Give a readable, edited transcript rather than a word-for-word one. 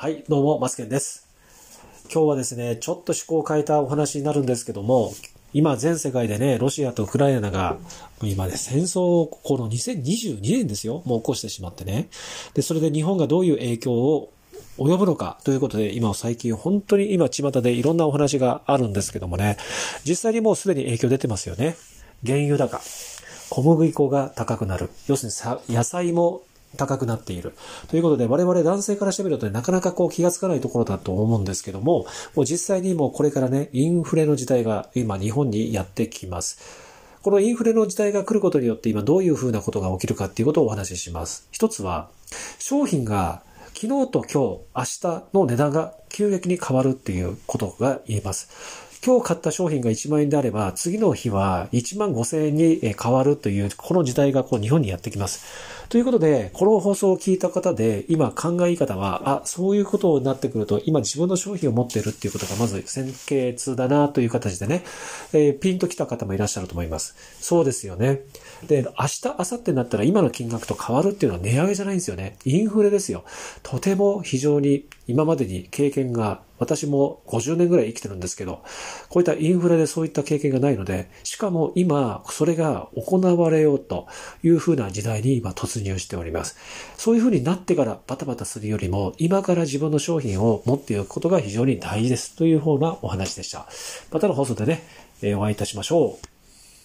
はい、どうも、マツケンです。今日はですね、ちょっと趣向を変えたお話になるんですけども、今全世界でね、ロシアとウクライナが、今ね、戦争をこの2022年ですよ、もう起こしてしまってね。で、それで日本がどういう影響を及ぶのかということで、今最近本当に今巷でいろんなお話があるんですけどもね、実際にもうすでに影響出てますよね。原油高、小麦粉が高くなる。要するに野菜も高くなっている。ということで、我々男性からしてみると、なかなか気がつかないところだと思うんですけども、もう実際にもうこれからね、インフレの時代が今日本にやってきます。このインフレの時代が来ることによって今どういうふうなことが起きるかっていうことをお話しします。一つは、商品が昨日と今日、明日の値段が急激に変わるっていうことが言えます。今日買った商品が1万円であれば、次の日は1万5,000円に変わるという、この時代が日本にやってきます。ということで、この放送を聞いた方で、今考え方は、そういうことになってくると、今自分の商品を持っているっていうことがまず先決だなという形でね、ピンときた方もいらっしゃると思います。そうですよね。で、明日、明後日になったら今の金額と変わるっていうのは値上げじゃないんですよね。インフレですよ。とても非常に今までに経験が、私も50年ぐらい生きてるんですけど、こういったインフレでそういった経験がないので、しかも今、それが行われようというふうな時代に今突入しております。そういうふうになってからバタバタするよりも、今から自分の商品を持っておくことが非常に大事ですというふうなお話でした。またの放送でね、お会いいたしましょう。